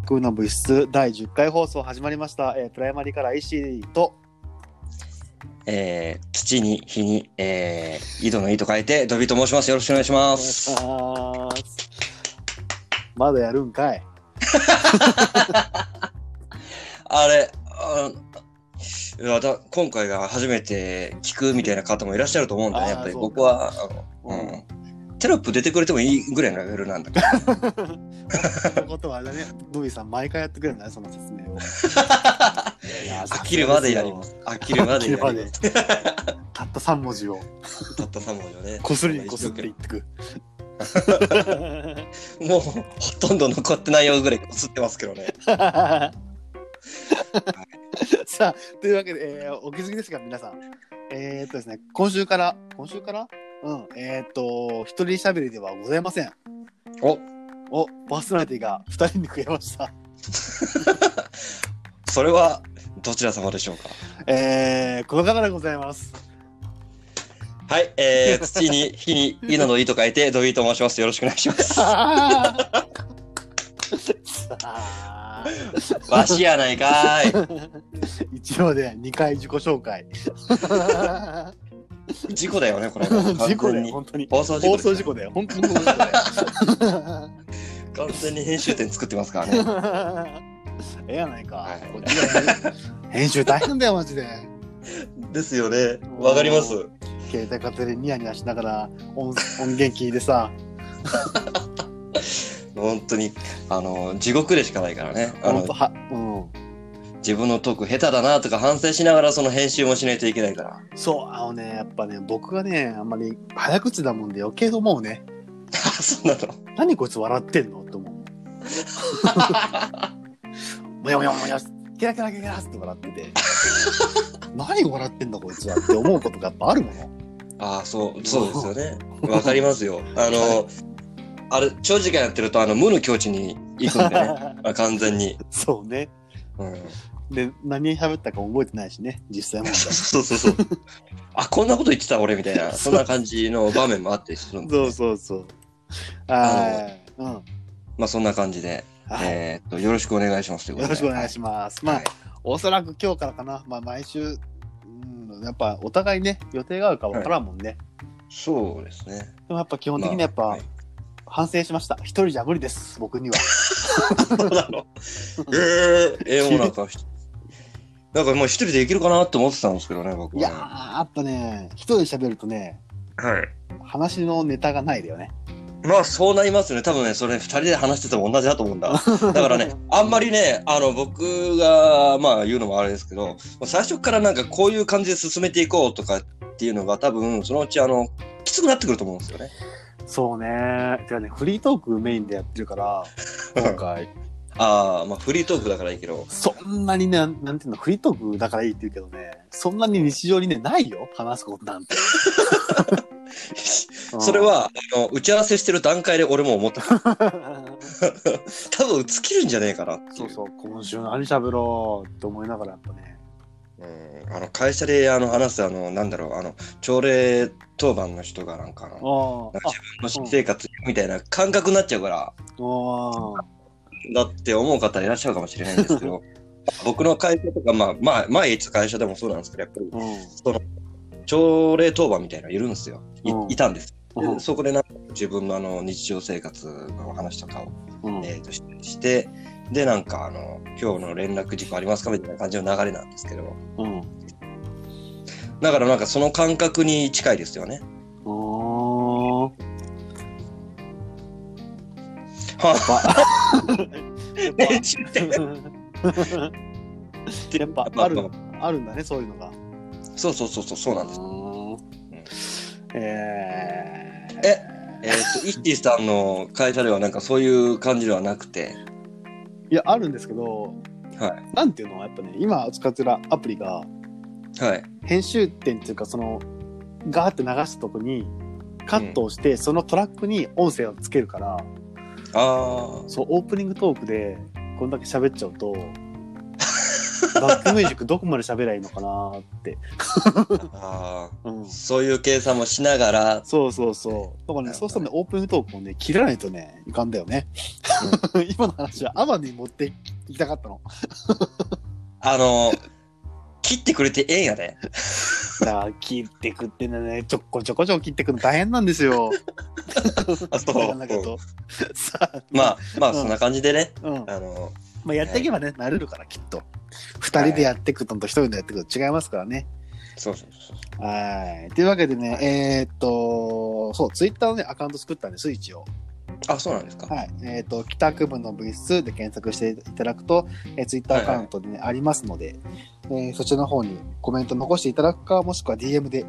空の物質第10回放送始まりました。プライマリから石と、 土に火に、井戸の井と書いてドビと申します。よろしくお願いします。 まだやるんかい。 あれ今回が初めて聞くみたいな方もいらっしゃると思うんでね。やっぱり僕はテロップ出てくれてもいいぐらいのレベルなんだけど。 そのことはね、ドビさん毎回やってくれるんだね、その説明を。 飽きるまでやります。飽きるまでやります。 たった3文字を。 たった3文字をね。 こすりにこすっていってく。 もうほとんど残ってないよぐらいこすってますけどね。 さあ、というわけで、お気づきですが皆さん、ですね、今週から一人喋りではございません。パーソナリティが2人に増えました。 それはどちら様でしょうか。 この方でございます。 はい、土に火に井戸の井と書いてドイと申します。よろしくお願いします。わしやないかーい。一応で2回自己紹介。 事故だよねこれ。 事故だよ本当に。放送事故だよ本当に。 完全に編集点作ってますからね。 やないか。はい、こっちが編集大変だよマジで。 ですよね。わかります。 携帯片手でニヤニヤしながら音源聞いてさ。 本当に地獄でしかないからね。自分のトーク下手だなとか反省しながらその編集もしないといけないから。 そうやっぱね僕がねあんまり早口だもんで余計思うね。 そうなの。 何こいつ笑ってんのって思う。もやもやもやキラキラキラって笑ってて何笑ってんだこいつはって思うことがやっぱあるもの。 そうですよね。わかりますよ。あれ長時間やってると無の境地に行くんでね。完全に。 そうね。で何喋ったか覚えてないしね実際も。 そう。こんなこと言ってた俺みたいなそんな感じの場面もあったりするんで、ね。 そう。 そんな感じで、よろしくお願いします。 よろしくお願いします。おそらく今日からかな。毎週、やっぱお互いね予定があるか分からんもんね。 そうですね。 でもやっぱ基本的にやっぱ、反省しました。一人じゃ無理です僕には。 そうなの。もうなんかもう一人でできるかなって思ってたんですけどね僕は。 いややっぱね一人で喋るとね、話のネタがないだよね。 そうなりますね。多分ねそれ2人で話してても同じだと思うんだ。だからねあんまりね僕が言うのもあれですけど最初からなんかこういう感じで進めていこうとかっていうのが多分そのうちきつくなってくると思うんですよね。 そうね。てかねフリートークメインでやってるから今回。 フリートークだからいいけどそんなにねなんていうのフリートークだからいいって言うけどねそんなに日常にねないよ話すことなんて。 それは打ち合わせしてる段階で俺も思った。多分尽きるんじゃねえかなっていう。 そう今週何喋ろうって思いながらやっぱね。 会社で話す朝礼当番の人がなんか自分の私生活みたいな感覚になっちゃうからだって思う方いらっしゃるかもしれないんですけど僕の会社とか前いつ会社でもそうなんですけどやっぱりその朝礼当番みたいなのいるんですよ。いたんです。でそこでなんか自分の日常生活の話とかをしてでなんか今日の連絡事項ありますかみたいな感じの流れなんですけど、だからなんかその感覚に近いですよね。 やっぱあるんだねそういうのが。 そうなんです。イッティさんの会社ではなんかそういう感じではなくて。 いやあるんですけど、なんていうのやっぱね今使ってるアプリが、編集点っていうかそのガーって流したとこにカットをして、そのトラックに音声をつけるから、そうオープニングトークでこんだけ喋っちゃうとバックミュージックどこまで喋りゃいいのかなって。 ああ、うん、そういう計算もしながら。 そうそうそう。だからね、そうするとね、オープントークをね、切らないとね、いかんだよね。うん、今の話はアマに持っていきたかったの。 切ってくれてええんやで。 だから切ってくってね、ちょこちょこ切ってくの大変なんですよ。 あ、そう。まあ、そんな感じでね。 まあ、やっていけばね、慣れるから、きっと。2人でやっていくのと1人でやっていくの違いますからね。 そうそうそう。 はい。というわけでね、そう、ツイッターのね、アカウント作ったんです、一応。 あ、そうなんですか。 はい。帰宅部の部室で検索していただくと、ツイッターアカウントで、ね、ありますので、そちらの方にコメント残していただくか、もしくは DM で、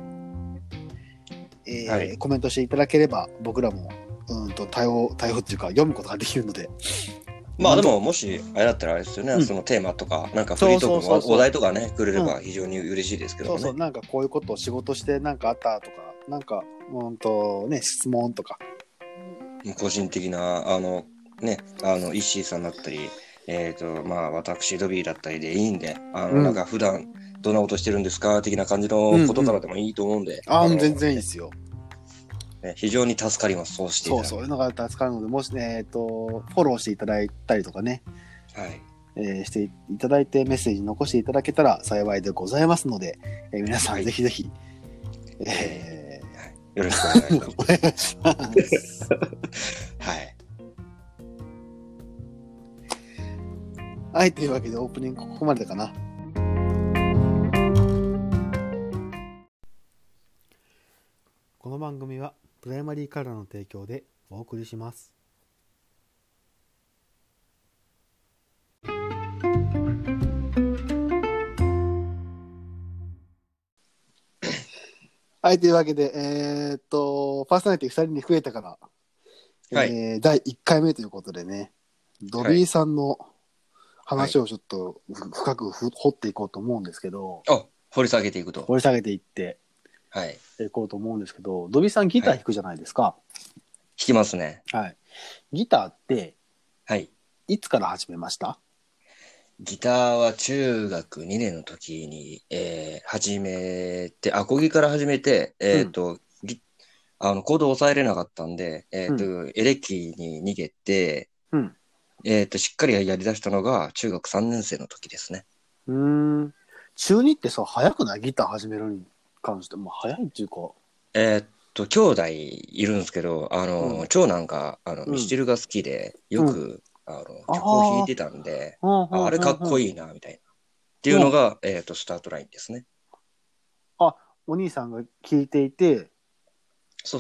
コメントしていただければ、僕らも、対応っていうか、読むことができるので。 まあでも、もし、あれだったらあれですよね、そのテーマとか、なんかフリートークのお題とかね、くれれば非常に嬉しいですけどね。 そうそう、なんかこういうことを仕事してなんかあったとか、なんか、ね、質問とか。 個人的な、ね、イッシーさんだったり、まあ、私、ドビーだったりでいいんで、なんか普段、どんなことしてるんですか的な感じのことからでもいいと思うんで。 全然いいですよ。 非常に助かります、そうしていただく。 そういうのが助かるので、もしね、フォローしていただいたりとかね、 はい。 していただいてメッセージ残していただけたら幸いでございますので、皆さんぜひぜひ、 よろしくお願いします。お願いします。はい。 はい、というわけでオープニングここまでかな。この番組はプライマリーカラーの提供でお送りします。はい、というわけで、パーソナリティ2人に増えたから、はい、第1回目ということでね、ドビーさんの話をちょっと深く掘っていこうと思うんですけど、 掘り下げていくと。 掘り下げていって、 はい。 いこうと思うんですけど、ドビーさんギター弾くじゃないですか。はい、 弾きますね。 はい。ギターって、 はい。 いつから始めました？ ギターは中学2年の時に、始めて、アコギから始めて、コードを抑えれなかったんで、エレキに逃げて、しっかりやりだしたのが中学3年生の時ですね。 中2ってさ、早くない？ギター始めるに関して。まあ、早いっていうか。 兄弟いるんですけど、長男が、ミスチルが好きで、よく、曲を弾いてたんで、あれかっこいいな、みたいな。っていうのが、スタートラインですね。 お兄さんが聴いていて。 そう。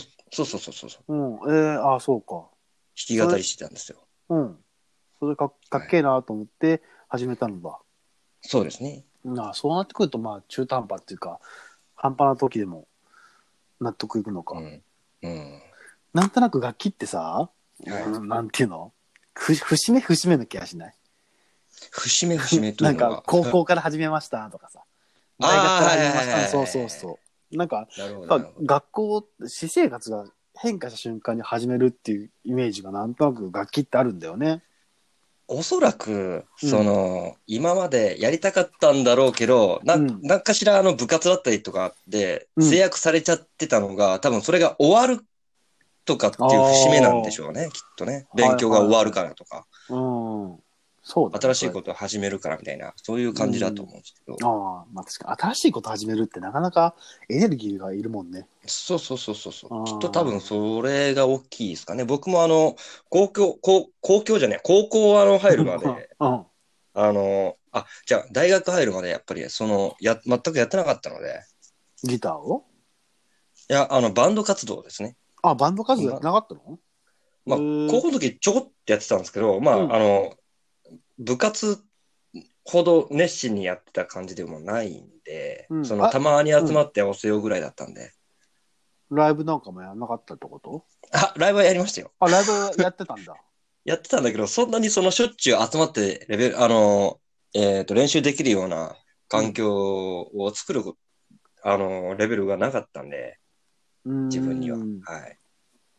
そうか。弾き語りしてたんですよ。 それかっけえなと思って始めたのだ。 そうですね。 そうなってくると、まあ、中途半端っていうか、半端な時でも納得いくのか。なんとなく楽器ってさ、なんていうの？節目の気がしない？ 節目というのはなんか高校から始めましたとかさ、大学から始めました。そう。なんか学校、私生活が変化した瞬間に始めるっていうイメージがなんとなく楽器ってあるんだよね。 おそらく、今までやりたかったんだろうけど、なんかしら部活だったりとかで制約されちゃってたのが、多分それが終わるとかっていう節目なんでしょうね、きっとね。勉強が終わるからとか。そうだね、新しいことを始めるからみたいな、そういう感じだと思うんですけど。 まあ確かに新しいこと始めるってなかなかエネルギーがいるもんね。 そう。きっと多分それが大きいですかね。僕も高校入るまで、じゃあ大学入るまでやっぱり全くやってなかったので。 ギターを？ いや、バンド活動ですね。 バンド活動やってなかったの？ まあ、高校の時ちょこってやってたんですけど、まあ、部活ほど熱心にやってた感じでもないんで、たまに集まって合わせようぐらいだったんで。 ライブなんかもやらなかったってこと？ ライブはやりましたよ。 ライブやってたんだ。 やってたんだけど、そんなにしょっちゅう集まって練習できるような環境を作る、レベルがなかったんで、自分には。はい。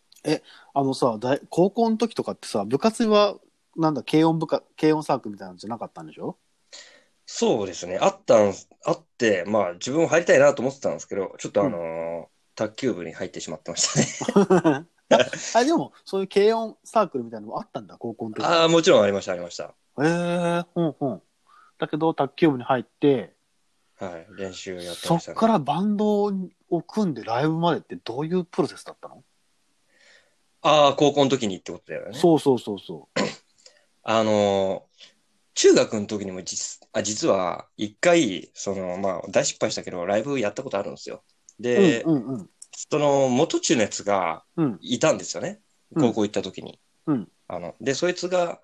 高校の時とかってさ、部活は、軽音サークルみたいなのじゃなかったんでしょ？ そうですね。あって、まあ自分も入りたいなと思ってたんですけど、ちょっと卓球部に入ってしまってましたね。 でも、そういう軽音サークルみたいなのもあったんだ、高校の時に。 ああ、もちろんありました、ありました。 ほんほん。だけど、卓球部に入って、 はい、練習やってましたね。 そっからバンドを組んでライブまでってどういうプロセスだったの？ ああ、高校の時にってことだよね。 そうそうそうそあの中学の時にも実は一回、まあ、大失敗したけど、ライブやったことあるんですよ。 う。うんで、 うんうん。 その元中のやつがうん。 いたんですよね。 うん高校行った時に。 うん。 で、そいつが、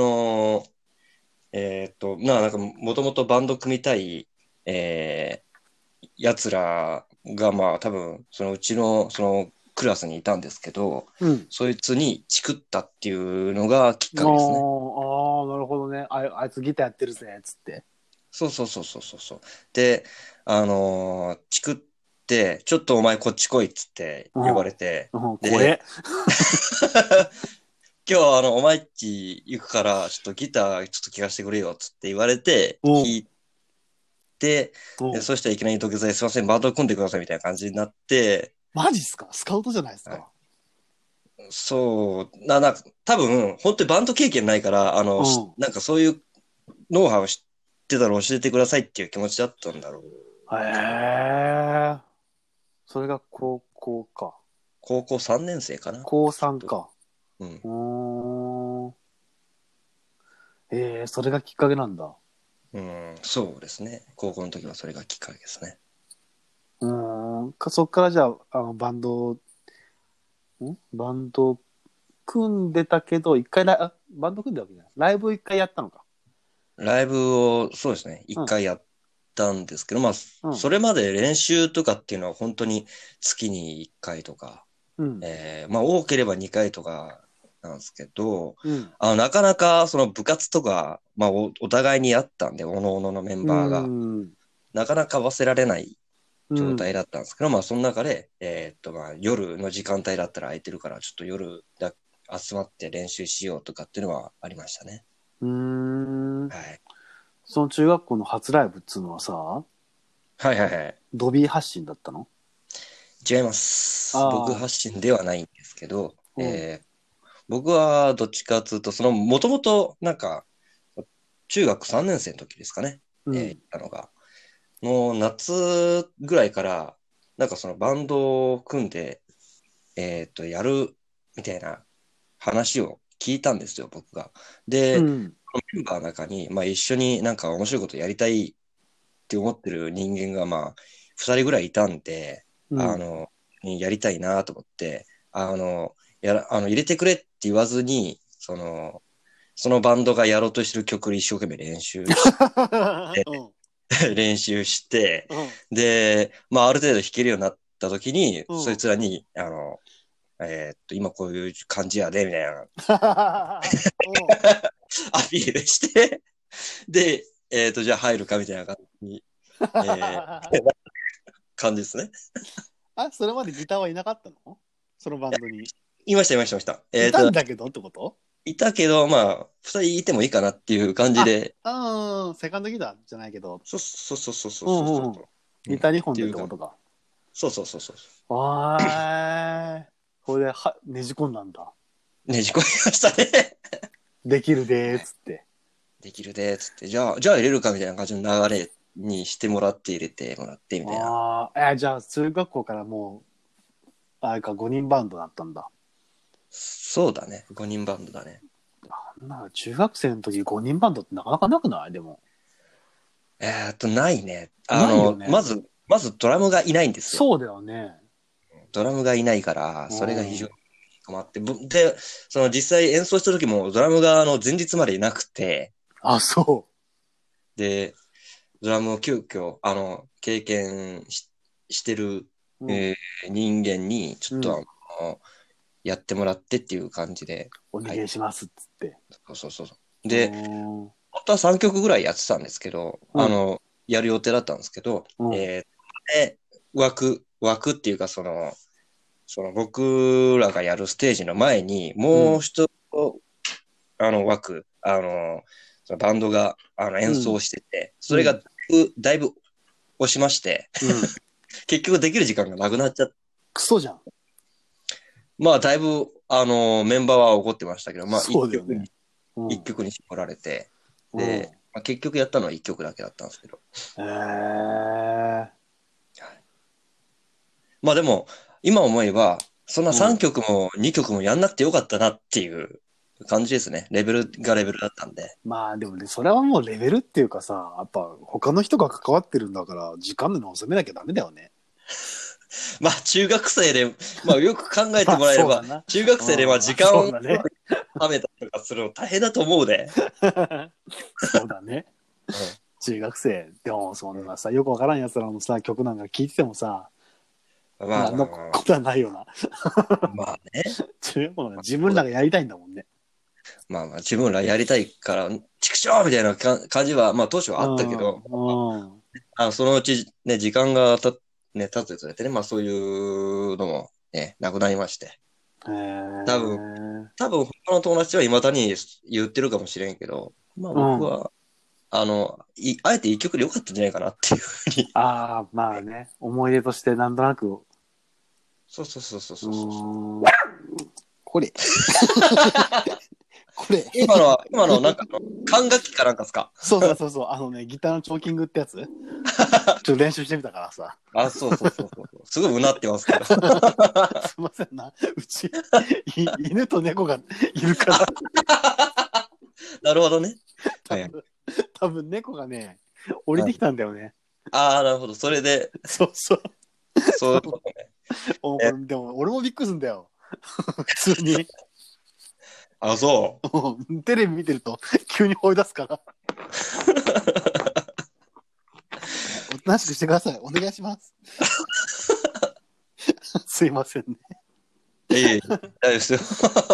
なんか、もともとバンド組みたい、やつらが、まあ、多分、そのうちの、その、クラスにいたんですけど、 うん。 そいつにチクったっていうのがきっあかけですね。 あ、なるほどね。あいつギターやってるぜ、つって。 そうそうそうそうそうそう。で、チクって、ちょっとお前こっち来いっつって呼ばれて、 怖え。 で、今日お前っち行くから、ちょっとギターちょっと聞かせてくれよっつって言われて、 うん。 弾いて、そしたらいきなり土下座ですいません、バンド組んでくださいみたいな感じになって、 マジっすか？スカウトじゃないですはい、 か？ そう、多分、本当にバンド経験ないから、 うん。 なんかそういうノウハウ知ってたら教えてくださいっていう気持ちだったんだろう。 へえ。それが高校か。 高校3年生かな。 高3か。 うん。 うーん。それがきっかけなんだ。 うん、そうですね。高校の時はそれがきっかけですね。 そっからじゃあ、バンド組んでたけど、一回バンド組んでたわけじゃない。ライブ一回やったのか。 ライブを、そうですね。一うん。 回やったんですけど、まあ、 うん。 それまで練習とかっていうのは本当に月に1回とか、 うん。 まあ多ければ2回とかなんですけど、 うん。 なかなかその部活とか、まあお互いにあったんで、各々のメンうバーが、 ん。 なかなか合わせられないうん。 状態だったんですけど、まあその中で、まあ夜の時間帯だったら空いてるから、ちょっと夜集まって練習しようとかっていうのはありましたね。 うーん。 はい。 その中学校の初ライブっつうのはさ、 はいはいはい。 ドビー発信だったの？ 違います。僕ああ。 発信ではないんですけど、 うん。 僕はどっちかというと、もともとなんか、中学3年生の時ですかね、行っうん。 たのが。の夏ぐらいから、なんかそのバンドを組んで、やるみたいな話を聞いたんですよ、僕が。で、 うん。 メンバーの中に、まあ一緒になんか面白いことやりたいって思ってる人間が、まあ、2人ぐらいいたんで、 うん。 やりたいなと思って、入れてくれって言わずに、そのバンドがやろうとしてる曲を一生懸命練習して、 うん。 練習して、 うん。 で、まあ、ある程度弾けるようになった時に、そいうん。 つらに、今こういう感じやで、みたいなうん。 アピールして、で、じゃあ入るかみたいな感じに、感じですね。 それまでギターはいなかったの？そのバンドに。 いました、いました、いました。 いたんだけどってこと？ いたけど、まあ、二人いてもいいかなっていう感じで、 セカンドギターじゃないけど。 そうそうそうそううんうんうん。 そうそう。うん。っギター2本でっていうか、 てことか。 そうそうそうそう。 これでねじ込んだんだ。 ねじ込みましたね。 できるでーはい。 っつって。 できるで、つって、じゃあ入れるかみたいな感じの流れにしてもらって入れてもらってみたいな。 じゃあ、中学校からもう、あれか、5人バンドだったんだ。 そうだね。5人バンドだね。 中学生の時5人バンドってなかなかなくない？でも。 ないね。 ないよね。 まずドラムがいないんですよ。 そうだよね。 ドラムがいないから、 うそれが非常ん。 に困って。で、実際演奏した時もドラムが前日までいなくて、 そで、ドラムを急遽、経験してる、 う。うん。 人間に、ちょっとうん。 やってもらってっていう感じで、 おはい。 願いしますっつって。 そうそうそうそう。 うで、 ん。 本当は3曲ぐらいやってたんですけど、 うん。 やる予定だったんですけど、 うん。 で枠っていうか、僕らがやるステージの前に、 うん。 もう一枠、 そのバンドが演奏してて、それがだいぶ押しまして、結局できる時間がなくなっちゃって。 クソじゃん。 まあ、だいぶ、メンバーは怒ってましたけど、まあ、 そうだよね。 一曲に絞られて、で、まあ、結局やったのは一曲だけだったんですけど。まあでも、今思えば、そんな3曲も2曲もやんなくてよかったなっていう感じですね。レベルがレベルだったんで。 まあでもね、それはもうレベルっていうかさ、やっぱ他の人が関わってるんだから、時間での収めなきゃダメだよね。 まあ中学生で、まあよく考えてもらえれば、中学生でまあ時間を食べたりとかするの大変だと思うで。 そうだね。中学生。でもそんなさ、よくわからんやつらのさ、曲なんか聴いててもさ、まあ、のことはないよな。 まあね。 自分らがやりたいんだもんね。 まあまあ自分らやりたいから、畜生みたいな感じは、まあ当初はあったけど、そのうちね、時間が経つにつれてね、まあそういうのもね、なくなりまして。多分他の友達は未だに言ってるかもしれんけど、まあ僕は、あえて一曲でよかったんじゃないかなっていうふうに。 ああ、まあね、思い出としてなんとなく。 そう。 これ。これ。 今のなんか管楽器かなんかですか？ そう。ギターのチョーキングってやつちょっと練習してみたからさ。 あ、そう。すごいうなってますけど。すいませんな。うち、犬と猫がいるから。 なるほどね。 多分猫がね、降りてきたんだよね。 ああ、なるほど。それで。 そう。 そういうことね。でも、俺もびっくりするんだよ。普通に。 あ、そう。テレビ見てると、急に吠え出すから。おとなしくしてください。お願いします。すいませんね。 大丈夫ですよ。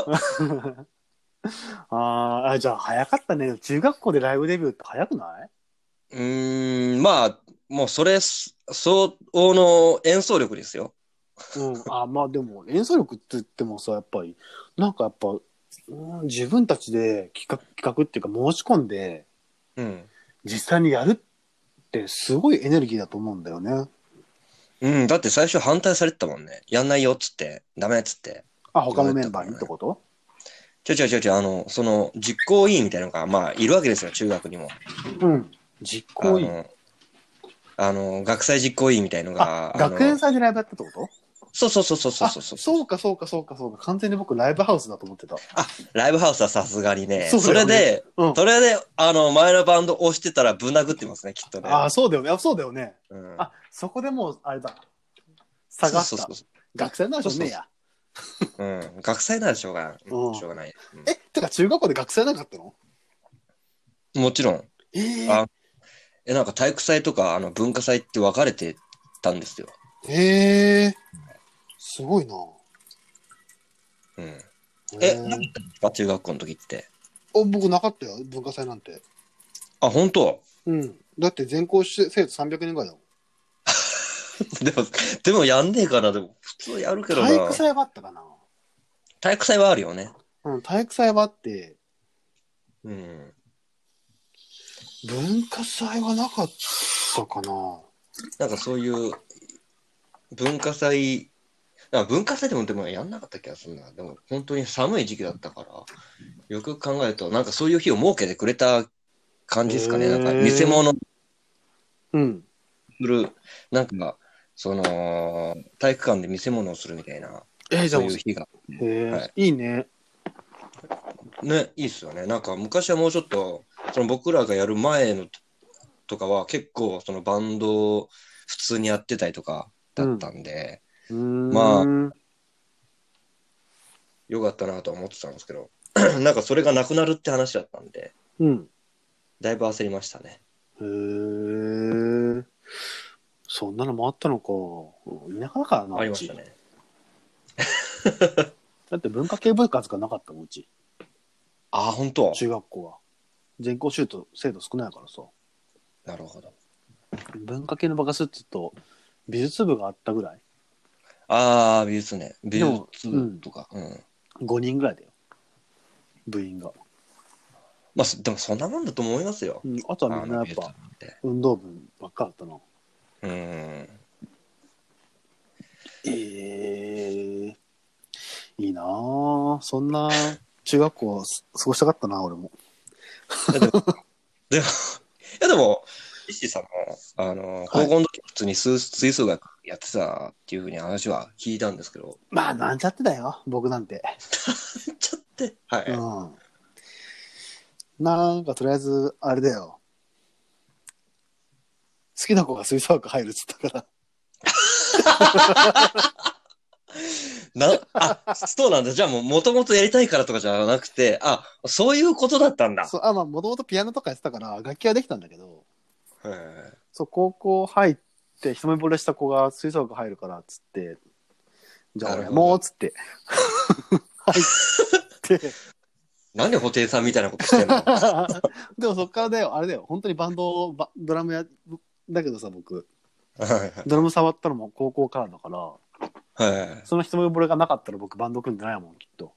じゃあ早かったね。中学校でライブデビューって早くない？ まあ、もうそれ相応の演奏力ですよ。 まあでも演奏力って言ってもさ、やっぱりなんかやっぱ、自分たちで企画っていうか申し込んで、実際にやるってすごいエネルギーだと思うんだよね。 だって最初反対されてたもんね。やんないよっつって、ダメっつって。 他のメンバーにってこと？ その実行委員みたいなのがまあいるわけですよ、中学にも。 実行委員。 学祭実行委員みたいのが。 学園祭でライブやったってこと？ そう。 そうか。完全に僕ライブハウスだと思ってた。 ライブハウスはさすがにね。それで、前のバンド押してたらぶん殴ってますね、きっとね。 そうだよね。そこでもう、あれだ。下がった。学祭ならしょうねえや。 学祭ならしょうがない。 てか中学校で学祭なかったの？ もちろん。なんか体育祭とか文化祭って分かれてたんですよ。 すごいな。 何だった中学校の時って。 僕なかったよ、文化祭なんて。 あ、本当？ だって全校生徒300人ぐらいだもん。 でもやんねえかな。でも普通やるけどな。 体育祭はあったかな。 体育祭はあるよね。 体育祭はあって。文化祭はなかったかな。 なんかそういう文化祭でもやんなかった気がするな。でも本当に寒い時期だったから、よく考えるとなんかそういう日を設けてくれた感じですかね。なんか見せ物する、なんかその体育館で見せ物をするみたいな、そういう日が。 いいね。 ね、いいっすよね。なんか昔はもうちょっとその僕らがやる前のとかは結構そのバンド普通にやってたりとかだったんで、まあよかったなとは思ってたんですけどなんかそれがなくなるって話だったんで、だいぶ焦りましたね。 そんなのもあったのか。田舎だからな。 ありましたね。 だって文化系部活がなかったもん、うち。 本当？ 中学校は全校生徒少ないからさ。 なるほど。 文化系の部活って言うと美術部があったぐらい。 美術ね。美術部とか。 5人ぐらいだよ、部員が。 まあ、でもそんなもんだと思いますよ。 あとはみんなやっぱ、運動部ばっかだったな。いいなぁ。そんな中学校過ごしたかったな、俺も。 でも、石井さんも、高校の時普通に吹奏楽やってたっていうふうに話は聞いたんですけど。 まあ、なんちゃってだよ、僕なんて。 なんちゃって。はい。 なんかとりあえず、あれだよ。好きな子が吹奏楽入るっつったから。 そうなんだ。じゃあもともとやりたいからとかじゃなくて、そういうことだったんだ。 まあ、もともとピアノとかやってたから、楽器はできたんだけど、そう、高校入って、一目惚れした子が吹奏楽入るからっつって、じゃあ俺もうっつって、入って。 なんで布袋さんみたいなことしてんのでもそっからだよ、あれだよ、本当にバンド、ドラムだけどさ、僕。ドラム触ったのも高校からだから、その一目惚れがなかったら僕バンド組んでないもん、きっと。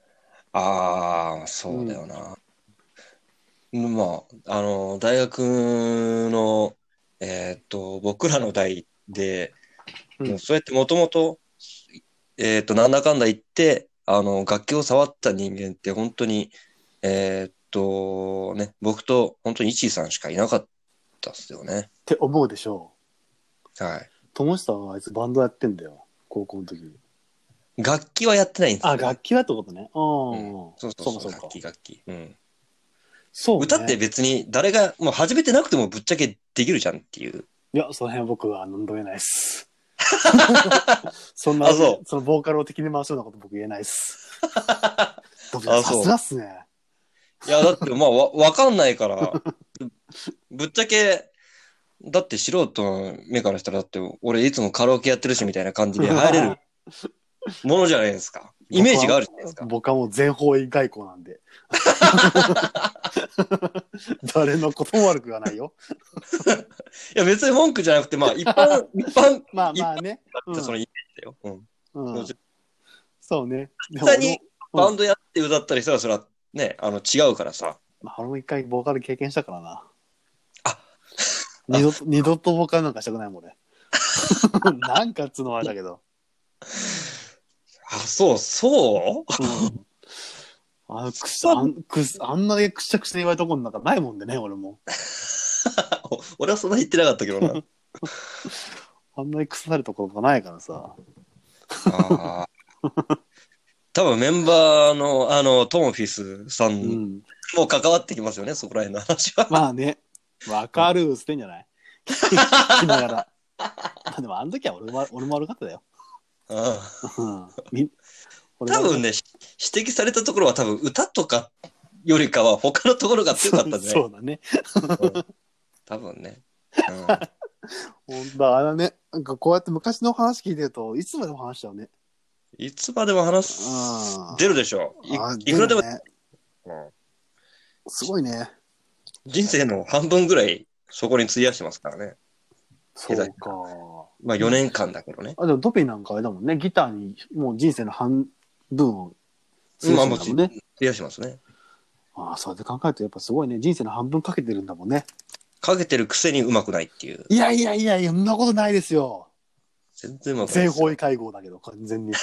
そうだよな。まあ、大学の、僕らの代で、そうやってもともと、なんだかんだ言って、楽器を触った人間って本当に、僕と本当に石井さんしかいなかったっすよね。 って思うでしょう。はい。 友下はあいつバンドやってんだよ、高校の時に。 楽器はやってないんですよ、ね。 楽器はってことね。 そうそう楽器。 そうね。 歌って別に誰が、もう始めてなくてもぶっちゃけできるじゃんっていう。 いや、その辺は僕は飲めないっす。そんな、そのボーカルを敵に回すようなこと僕言えないっす。さすがっすね。 いや、だってまあわかんないから、ぶっちゃけ、だって素人の目からしたら、だって俺いつもカラオケやってるしみたいな感じで入れるものじゃないですか。イメージがあるじゃないですか。 僕はもう全方位外交なんで。誰のことも悪く言わないよ。 いや別に文句じゃなくて、まあ一般まあね。 そのイメージだよ。 そうね。 実際にバンドやって歌ったりしたらそれはね、違うからさ。 俺も一回ボーカル経験したからな。二度とボーカルなんかしたくないもん俺。なんかっつうのはあれだけど。 そう、 あんなでくしゃくしゃ言われたことなんかないもんでね、俺も。 俺はそんな言ってなかったけどな。 あんなに腐されたことがないからさ。 多分メンバーのトモフィスさんも関わってきますよね、そこら辺の話は。 まあね、わかるってんじゃない聞きながら。でもあの時は俺も悪かったよ。 多分ね、指摘されたところは多分歌とかよりかは他のところが強かったんじゃない？ そうだね。 多分ね。 本当だね。なんかこうやって昔の話聞いてるといつまでも話しちゃうね。 いつまでも出るでしょ。いくらでも。 すごいね。 人生の半分ぐらいそこに費やしてますからね。 そうか。 まあ4年間だけどね。 でもドピーなんかあれだもんね。ギターにもう人生の半分を費やしますね。 そうやって考えるとやっぱすごいね。人生の半分かけてるんだもんね。 かけてるくせにうまくないっていう。 いや、そんなことないですよ。 全然うまくない。 全方位会合だけど、完全に。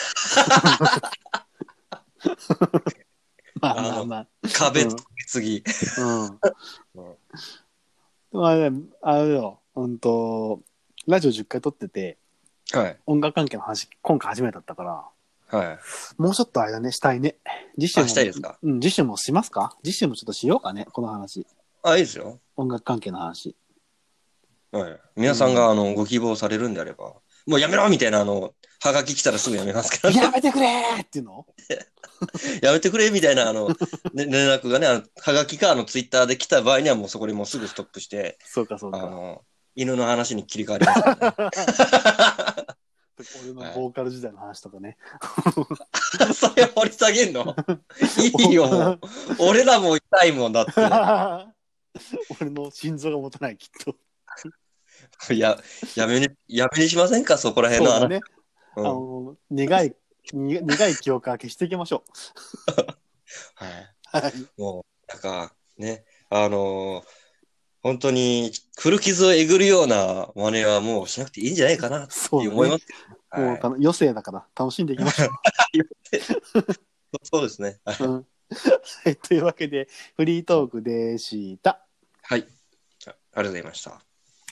まあ。 壁と次。 でもあれよ、ラジオ10回撮ってて、音楽関係の話、今回初めてだったから、もうちょっとあれだね、したいね。次週も。 したいですか？ 次週もしますか？次週もちょっとしようかね、この話。 いいですよ。 音楽関係の話。 皆さんがご希望されるんであれば、もうやめろみたいなはがき来たらすぐやめますけど、 やめてくれーっていうのやめてくれみたいな連絡がね、はがきかツイッターで来た場合にはもうそこでもうすぐストップして、 そうか。 犬の話に切り替わりますからね。 俺のボーカル時代の話とかね。 それ掘り下げんの？いいよ。俺らも痛いもんだって。 俺の心臓が持たない、きっと。 やめにしませんか、そこら辺の話。 ね。苦い記憶は消していきましょう。 はい。もう、なんか、 ね、本当に古傷をえぐるような真似はもうしなくていいんじゃないかなって思います。 もう余生だから楽しんでいきましょう。 そうですね。 はい、というわけでフリートークでした。 はい。ありがとうございました。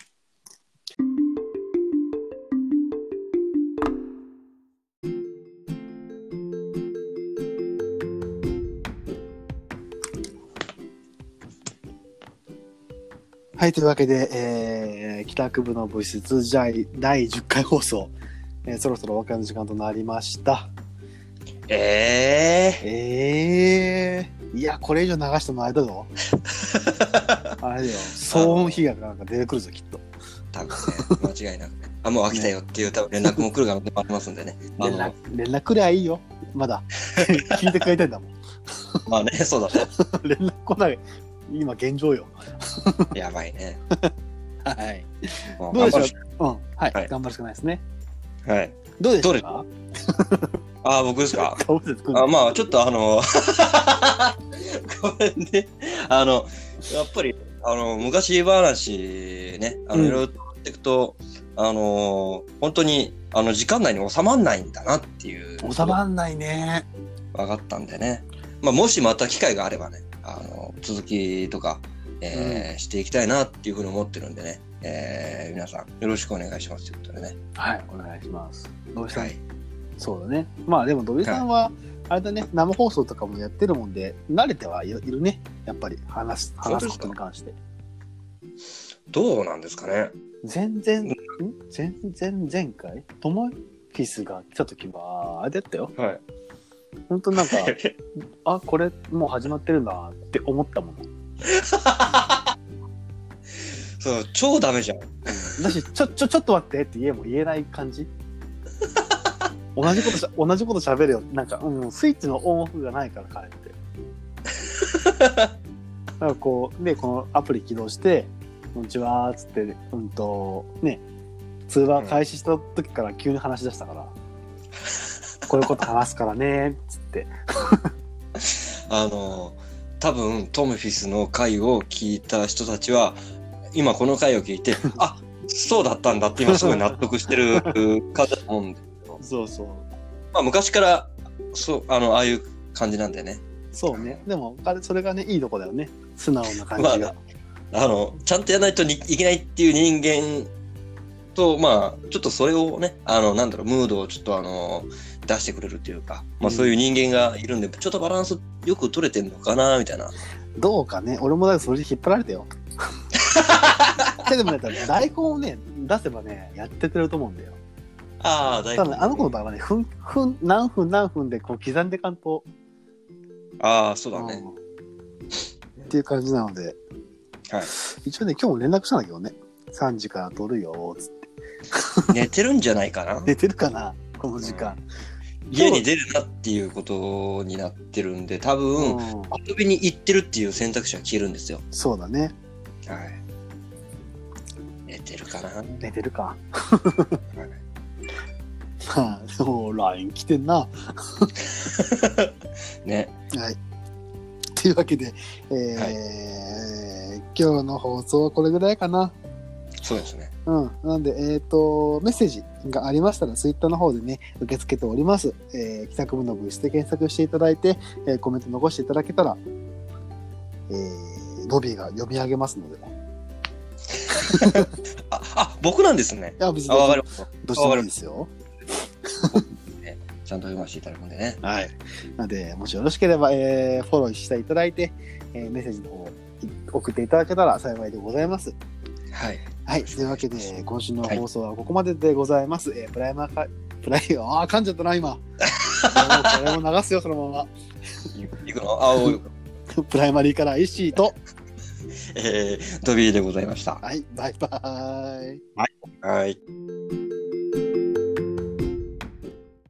はい、というわけで、帰宅部の部室第10回放送、そろそろお別れの時間となりました。いや、これ以上流してもあれだぞ。あれだよ、騒音被害がなんか出てくるぞ、きっと。 多分ね、間違いなくね。もう飽きたよっていう多分連絡も来る可能性もありますんでね。 連絡くりゃいいよ、まだ。聞いてくれてんだもん。 まあね、そうだね。 連絡来ない。今現状よ。 やばいね。 はい。どうでしょう。はい。頑張るしかないですね。 はい。 どうでしたか？ 僕ですか？まあちょっとごめんね。やっぱり昔話ね、いろいろやっていくと本当に時間内に収まんないんだなっていう。 収まんないね。 分かったんでね。まあもしまた機会があればね。続きとか、していきたいなっていうふうに思ってるんでね、皆さんよろしくお願いしますということでね。 はい、お願いします。土井さん、そうだね。まあでも土井さんは、あれだね、生放送とかもやってるもんで慣れてはいるね。やっぱり話すことに関して。 どうなんですかね。 前回トモフィスが来た時はあれだったよ。 はい。 本当なんかこれもう始まってるんだって思ったもの。 そう超ダメじゃん。 だしちょっと待ってって言えない感じ。同じこと喋るよ。なんかスイッチのオンオフがないから彼って。だからこうねこのアプリ起動してこんにちはーっつってね通話開始した時から急に話し出したから。こういうこと話すからねーっつって多分トムフィスの回を聞いた人たちは今この回を聞いてあそうだったんだって今すごい納得してる感じだと思うんだけどそうそう、 まあ昔からそうああいう感じなんだよね。 そうね。でもそれがねいいとこだよね、素直な感じが、 ちゃんとやらないといけないっていう人間とまあちょっとそれをねムードをちょっと出してくれるっていうか、まあそういう人間がいるんで、ちょっとバランスよく取れてんのかなみたいな。 どうかね。俺もだからそれで引っ張られたよ。でもね、台本をね出せばねやってくれると思うんだよ。台本、ね。あの子の場合はね何分でこう刻んでかんと。 そうだね。 っていう感じなので、はい。一応ね今日も連絡したんだけどね。3時から撮るよつって。 寝てるんじゃないかな。 寝てるかなこの時間。 家に出るなっていうことになってるんで多分、遊びに行ってるっていう選択肢は消えるんですよ。 そうだね。 はい。寝てるかな。 寝てるか。まあでも LINE 来てんな。 ね。 はい。というわけで、今日の放送はこれぐらいかな。 そうですね。 なんで、メッセージがありましたら、ツイッターの方でね、受け付けております。帰宅部の部室で検索していただいて、コメント残していただけたら、ロビーが読み上げますので。 僕なんですね。 いや、別に。わかります。どうしてもいいですよ。 ちゃんと読ませていただくんでね。 はい。なので、もしよろしければ、フォローしていただいて、メッセージの方送っていただけたら幸いでございます。 はい。 はい。というわけで、今週の放送はここまででございます。噛んじゃったな、今。これも流すよ、そのまま。 いくのプライマリーからイッシーと、 ドビーでございました。 はい。バイバーイ。 はい。